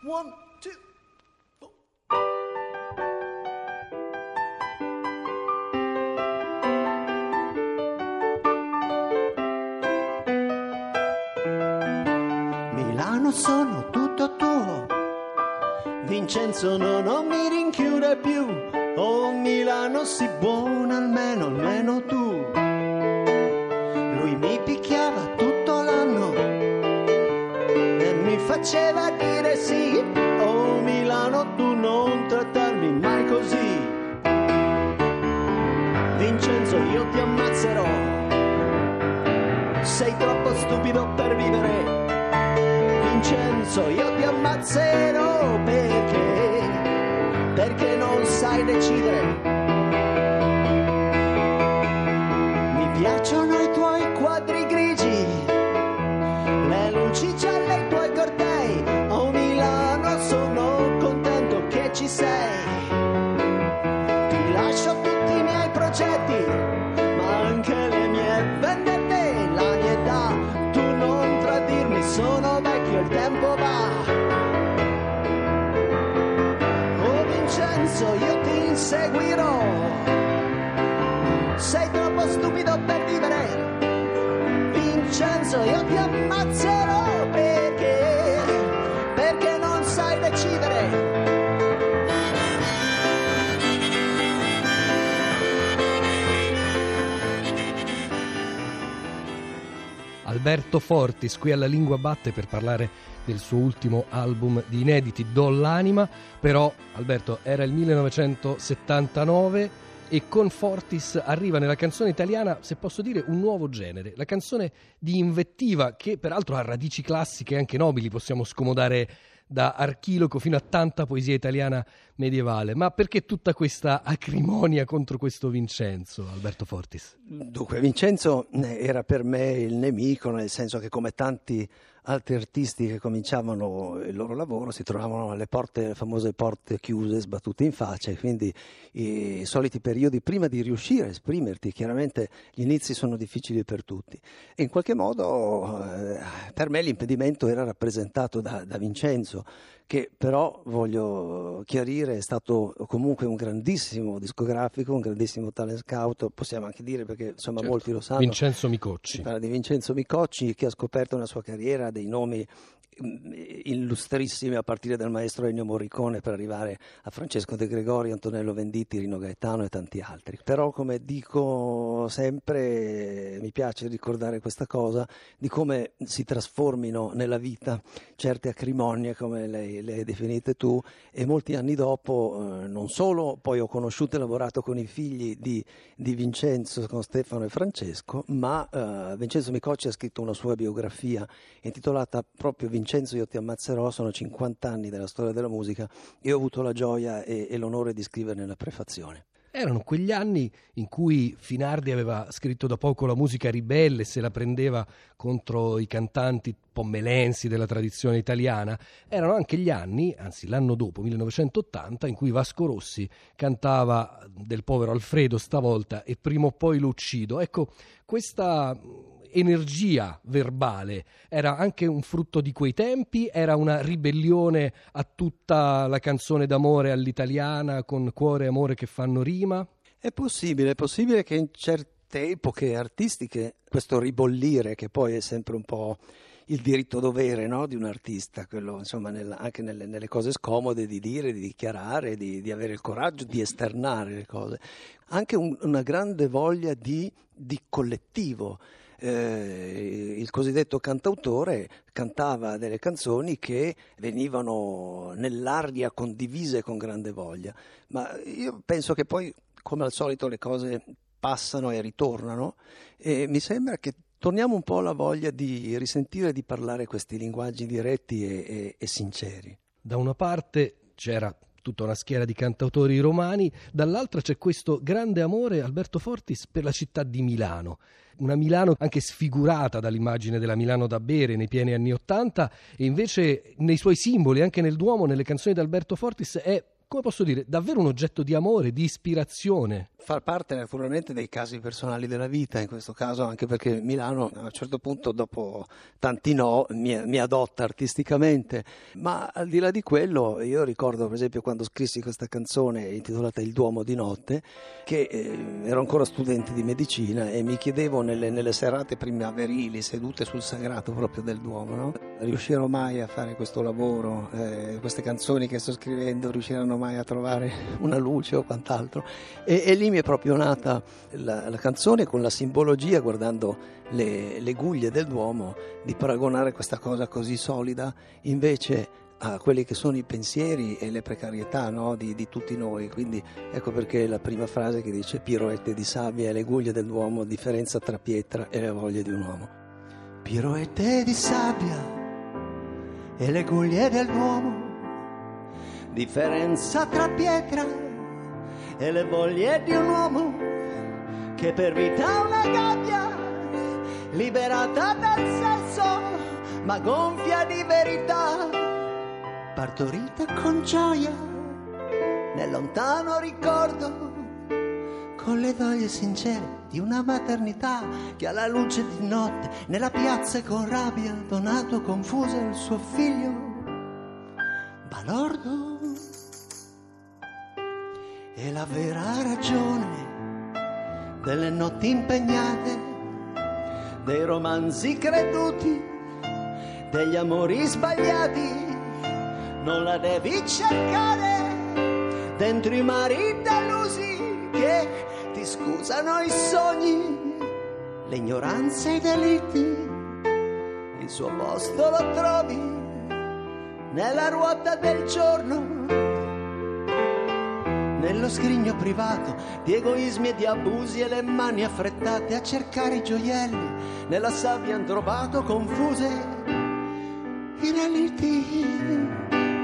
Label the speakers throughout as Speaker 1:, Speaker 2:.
Speaker 1: 1, 2, 4. Milano sono tutto tuo, Vincenzo non mi rinchiude più. Oh Milano sii buona almeno tu. Lui mi picchiava tutto l'anno e mi faceva dire sì. Oh Milano tu non trattarmi mai così. Vincenzo io ti ammazzerò, sei troppo stupido per vivere. Vincenzo io ti ammazzerò perché non sai decidere. Mi piacciono i tuoi quadri grigi, le luci gialle, i tuoi cortei. Oh Milano sono contento che ci sei. Ti lascio tutti i miei progetti, ma anche le mie vendette, la mia età. Tu non tradirmi, sono vecchio, il tempo va. Oh Vincenzo io ti inseguirò, sei troppo stupido per vivere. Vincenzo io ti ammazzerò perché non sai decidere.
Speaker 2: Alberto Fortis qui alla Lingua Batte per parlare del suo ultimo album di inediti, Do l'anima. Però Alberto, era il 1979 e con Fortis arriva nella canzone italiana, se posso dire, un nuovo genere, la canzone di invettiva, che peraltro ha radici classiche e anche nobili, possiamo scomodare da Archiloco fino a tanta poesia italiana medievale. Ma perché tutta questa acrimonia contro questo Vincenzo, Alberto Fortis?
Speaker 3: Dunque, Vincenzo era per me il nemico, nel senso che come tanti altri artisti che cominciavano il loro lavoro si trovavano alle porte, le famose porte chiuse, sbattute in faccia, e quindi i soliti periodi prima di riuscire a esprimerti. Chiaramente gli inizi sono difficili per tutti e in qualche modo per me l'impedimento era rappresentato da Vincenzo, che però, voglio chiarire, è stato comunque un grandissimo discografico, un grandissimo talent scout, possiamo anche dire, perché insomma certo, molti lo sanno.
Speaker 2: Vincenzo Micocci.
Speaker 3: Si parla di Vincenzo Micocci, che ha scoperto nella sua carriera dei nomi illustrissimi, a partire dal maestro Ennio Morricone per arrivare a Francesco De Gregorio, Antonello Venditti, Rino Gaetano e tanti altri. Però, come dico sempre, mi piace ricordare questa cosa di come si trasformino nella vita certe acrimonie, come le hai definite tu, e molti anni dopo non solo poi ho conosciuto e lavorato con i figli di Vincenzo, con Stefano e Francesco, ma Vincenzo Micocci ha scritto una sua biografia intitolata proprio Vincenzo io ti ammazzerò. Sono 50 anni della storia della musica e ho avuto la gioia e l'onore di scriverne la prefazione.
Speaker 2: Erano quegli anni in cui Finardi aveva scritto da poco la musica ribelle, se la prendeva contro i cantanti pommelensi della tradizione italiana. Erano anche gli anni, anzi l'anno dopo, 1980, in cui Vasco Rossi cantava del povero Alfredo stavolta e prima o poi lo uccido. Ecco, questa energia verbale era anche un frutto di quei tempi, era una ribellione a tutta la canzone d'amore all'italiana con cuore e amore che fanno rima? È possibile
Speaker 3: che in certe epoche artistiche questo ribollire, che poi è sempre un po' il diritto-dovere, no, di un artista, quello insomma anche nelle cose scomode di dire, di dichiarare, di avere il coraggio di esternare le cose, anche una grande voglia di collettivo. Il cosiddetto cantautore cantava delle canzoni che venivano nell'aria condivise con grande voglia, ma io penso che poi, come al solito, le cose passano e ritornano, e mi sembra che torniamo un po' alla voglia di risentire di parlare questi linguaggi diretti e sinceri.
Speaker 2: Da una parte c'era tutta una schiera di cantautori romani, dall'altra c'è questo grande amore, Alberto Fortis, per la città di Milano. Una Milano anche sfigurata dall'immagine della Milano da bere nei pieni anni '80, e invece nei suoi simboli, anche nel Duomo, nelle canzoni di Alberto Fortis, è come posso dire, davvero un oggetto di amore, di ispirazione.
Speaker 3: Far parte naturalmente dei casi personali della vita, in questo caso anche perché Milano a un certo punto, dopo tanti no, mi adotta artisticamente, ma al di là di quello io ricordo per esempio quando scrissi questa canzone intitolata Il Duomo di notte, che ero ancora studente di medicina e mi chiedevo nelle serate primaverili sedute sul sagrato proprio del Duomo, no? Riuscirò mai a fare questo lavoro, queste canzoni che sto scrivendo riusciranno mai a trovare una luce o quant'altro, e lì mi è proprio nata la canzone con la simbologia, guardando le guglie del Duomo, di paragonare questa cosa così solida invece a quelli che sono i pensieri e le precarietà, no? di tutti noi. Quindi ecco perché la prima frase che dice piroette di sabbia e le guglie del Duomo, differenza tra pietra e le voglie di un uomo.
Speaker 1: Piroette di sabbia e le guglie del Duomo, differenza tra pietra e le voglie di un uomo che per vita ha una gabbia liberata dal sesso ma gonfia di verità, partorita con gioia nel lontano ricordo, con le doglie sincere di una maternità che alla luce di notte nella piazza e con rabbia donato confuso il suo figlio balordo. E la vera ragione delle notti impegnate, dei romanzi creduti, degli amori sbagliati, non la devi cercare dentro i mari delusi che ti scusano i sogni, l'ignoranza e i delitti. Il suo posto lo trovi nella ruota del giorno, nello scrigno privato di egoismi e di abusi e le mani affrettate a cercare i gioielli nella sabbia han trovato confuse i relitti.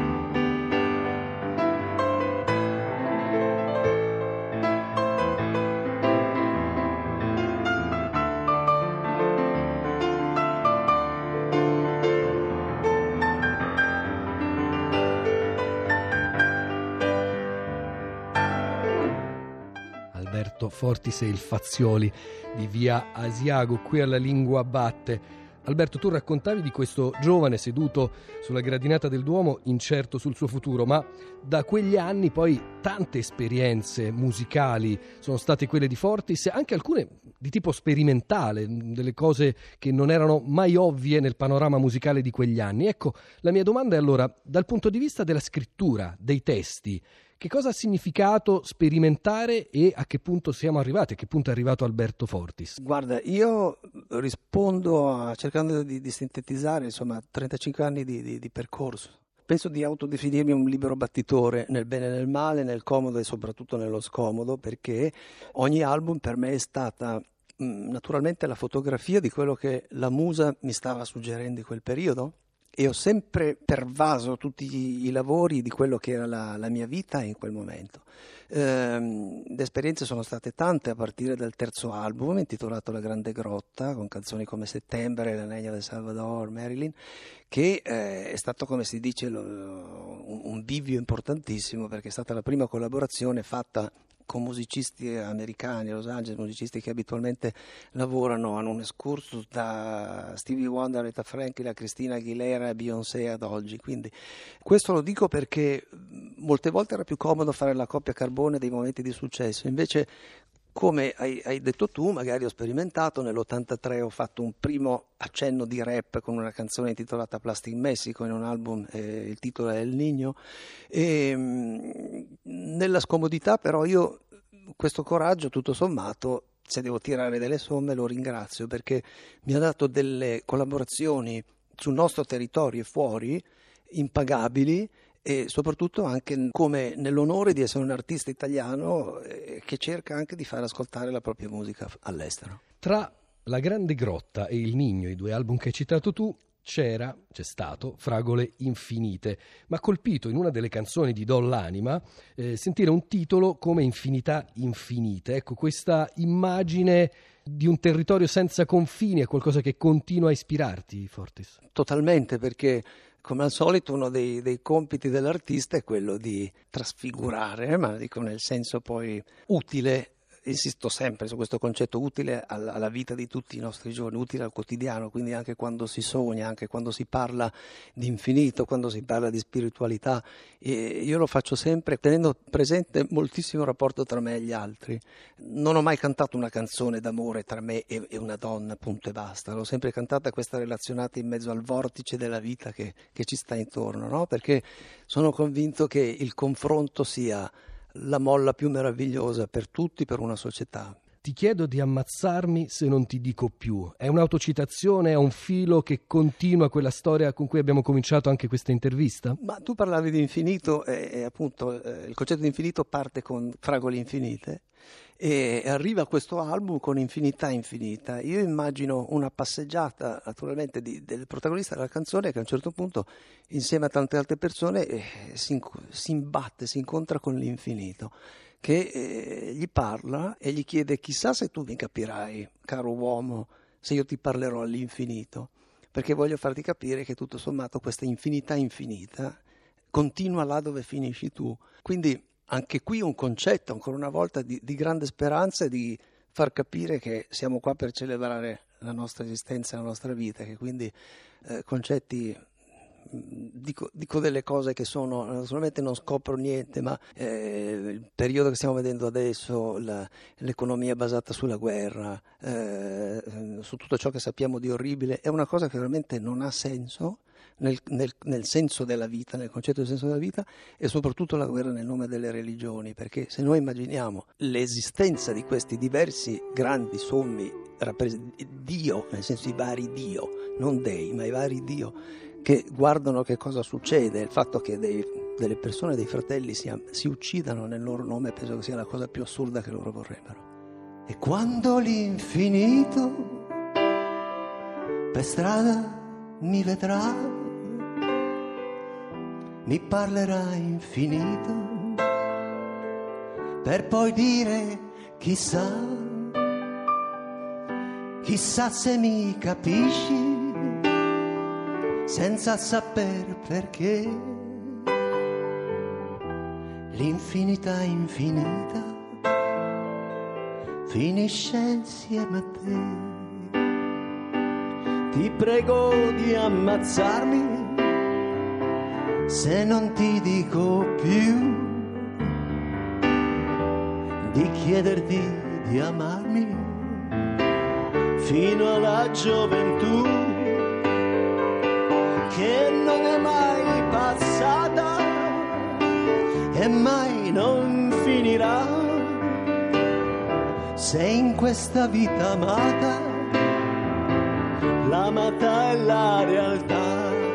Speaker 2: Alberto Fortis e il Fazzioli di via Asiago, qui alla Lingua Batte. Alberto, tu raccontavi di questo giovane seduto sulla gradinata del Duomo, incerto sul suo futuro, ma da quegli anni poi tante esperienze musicali sono state quelle di Fortis, anche alcune di tipo sperimentale, delle cose che non erano mai ovvie nel panorama musicale di quegli anni. Ecco, la mia domanda è allora, dal punto di vista della scrittura, dei testi, che cosa ha significato sperimentare e a che punto siamo arrivati, a che punto è arrivato Alberto Fortis?
Speaker 3: Guarda, io rispondo cercando di sintetizzare, insomma, 35 anni di percorso. Penso di autodefinirmi un libero battitore nel bene e nel male, nel comodo e soprattutto nello scomodo, perché ogni album per me è stata naturalmente la fotografia di quello che la musa mi stava suggerendo in quel periodo. E ho sempre pervaso tutti i lavori di quello che era la mia vita in quel momento. Le esperienze sono state tante, a partire dal terzo album intitolato La Grande Grotta, con canzoni come Settembre, La Legna del Salvador, Marilyn, che è stato, come si dice, un bivio importantissimo, perché è stata la prima collaborazione fatta con musicisti americani a Los Angeles, musicisti che abitualmente lavorano, hanno un excursus da Stevie Wonder, Aretha Franklin, a Christina Aguilera, Beyoncé ad oggi. Quindi questo lo dico perché molte volte era più comodo fare la coppia carbone dei momenti di successo, invece come hai detto tu, magari ho sperimentato, nell'83 ho fatto un primo accenno di rap con una canzone intitolata Plastic Mexico in un album, il titolo è El Niño, e nella scomodità però io questo coraggio tutto sommato, se devo tirare delle somme, lo ringrazio perché mi ha dato delle collaborazioni sul nostro territorio e fuori impagabili, e soprattutto anche come nell'onore di essere un artista italiano che cerca anche di far ascoltare la propria musica all'estero.
Speaker 2: Tra La Grande Grotta e Il Niño, i due album che hai citato tu, c'è stato Fragole Infinite, ma ha colpito in una delle canzoni di Do l'anima sentire un titolo come Infinità Infinite. Ecco, questa immagine di un territorio senza confini è qualcosa che continua a ispirarti, Fortis?
Speaker 3: Totalmente, perché come al solito uno dei compiti dell'artista è quello di trasfigurare, ma dico nel senso poi utile. Insisto sempre su questo concetto, utile alla vita di tutti i nostri giorni, utile al quotidiano, quindi anche quando si sogna, anche quando si parla di infinito, quando si parla di spiritualità. E io lo faccio sempre tenendo presente moltissimo il rapporto tra me e gli altri. Non ho mai cantato una canzone d'amore tra me e una donna, punto e basta. L'ho sempre cantata questa relazionata in mezzo al vortice della vita che ci sta intorno, no? Perché sono convinto che il confronto sia la molla più meravigliosa per tutti, per una società.
Speaker 2: Ti chiedo di ammazzarmi se non ti dico più. È un'autocitazione, è un filo che continua quella storia con cui abbiamo cominciato anche questa intervista?
Speaker 3: Ma tu parlavi di infinito e appunto il concetto di infinito parte con Fragole Infinite e arriva questo album con Infinità Infinita. Io immagino una passeggiata naturalmente del protagonista della canzone che a un certo punto insieme a tante altre persone si imbatte, si incontra con l'infinito che gli parla e gli chiede: chissà se tu mi capirai, caro uomo, se io ti parlerò all'infinito, perché voglio farti capire che tutto sommato questa infinità infinita continua là dove finisci tu. Quindi anche qui un concetto, ancora una volta, di grande speranza e di far capire che siamo qua per celebrare la nostra esistenza, la nostra vita, che quindi concetti, dico delle cose che sono, naturalmente non scopro niente, ma il periodo che stiamo vedendo adesso, l'economia basata sulla guerra, su tutto ciò che sappiamo di orribile, è una cosa che veramente non ha senso. Nel senso della vita, nel concetto del senso della vita, e soprattutto la guerra nel nome delle religioni, perché se noi immaginiamo l'esistenza di questi diversi grandi sommi Dio, nel senso i vari Dio, non dei, ma i vari Dio che guardano che cosa succede, il fatto che delle persone, dei fratelli si uccidano nel loro nome, penso che sia la cosa più assurda che loro vorrebbero. E quando l'infinito per strada mi vedrà, mi parlerà infinito, per poi dire chissà se mi capisci, senza saper perché l'infinità infinita finisce insieme a te. Ti prego di ammazzarmi se non ti dico più, di chiederti di amarmi fino alla gioventù che non è mai passata e mai non finirà, se in questa vita amata l'amata è la realtà.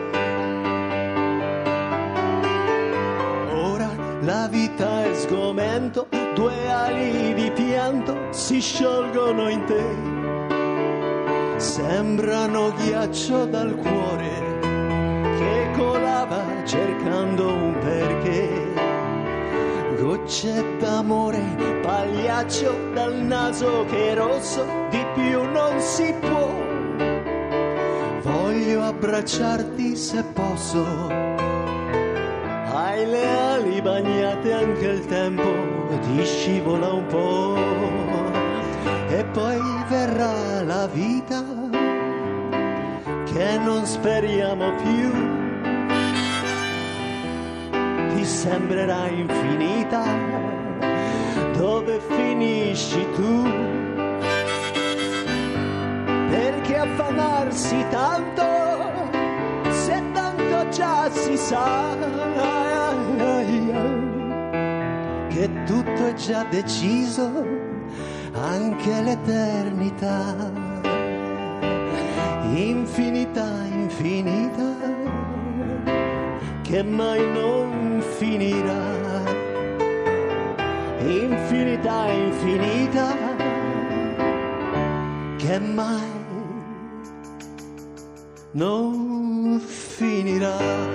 Speaker 3: La vita è sgomento, due ali di pianto si sciolgono in te, sembrano ghiaccio dal cuore che colava cercando un perché, gocce d'amore, pagliaccio dal naso che è rosso, di più non si può, voglio abbracciarti se posso. Hai le ali bagnate, anche il tempo ti scivola un po', e poi verrà la vita che non speriamo più, ti sembrerà infinita dove finisci tu, perché affanarsi tanto se tanto già si sa che tutto è già deciso, anche l'eternità, infinità infinita, che mai non finirà, infinità infinita, che mai non finirà.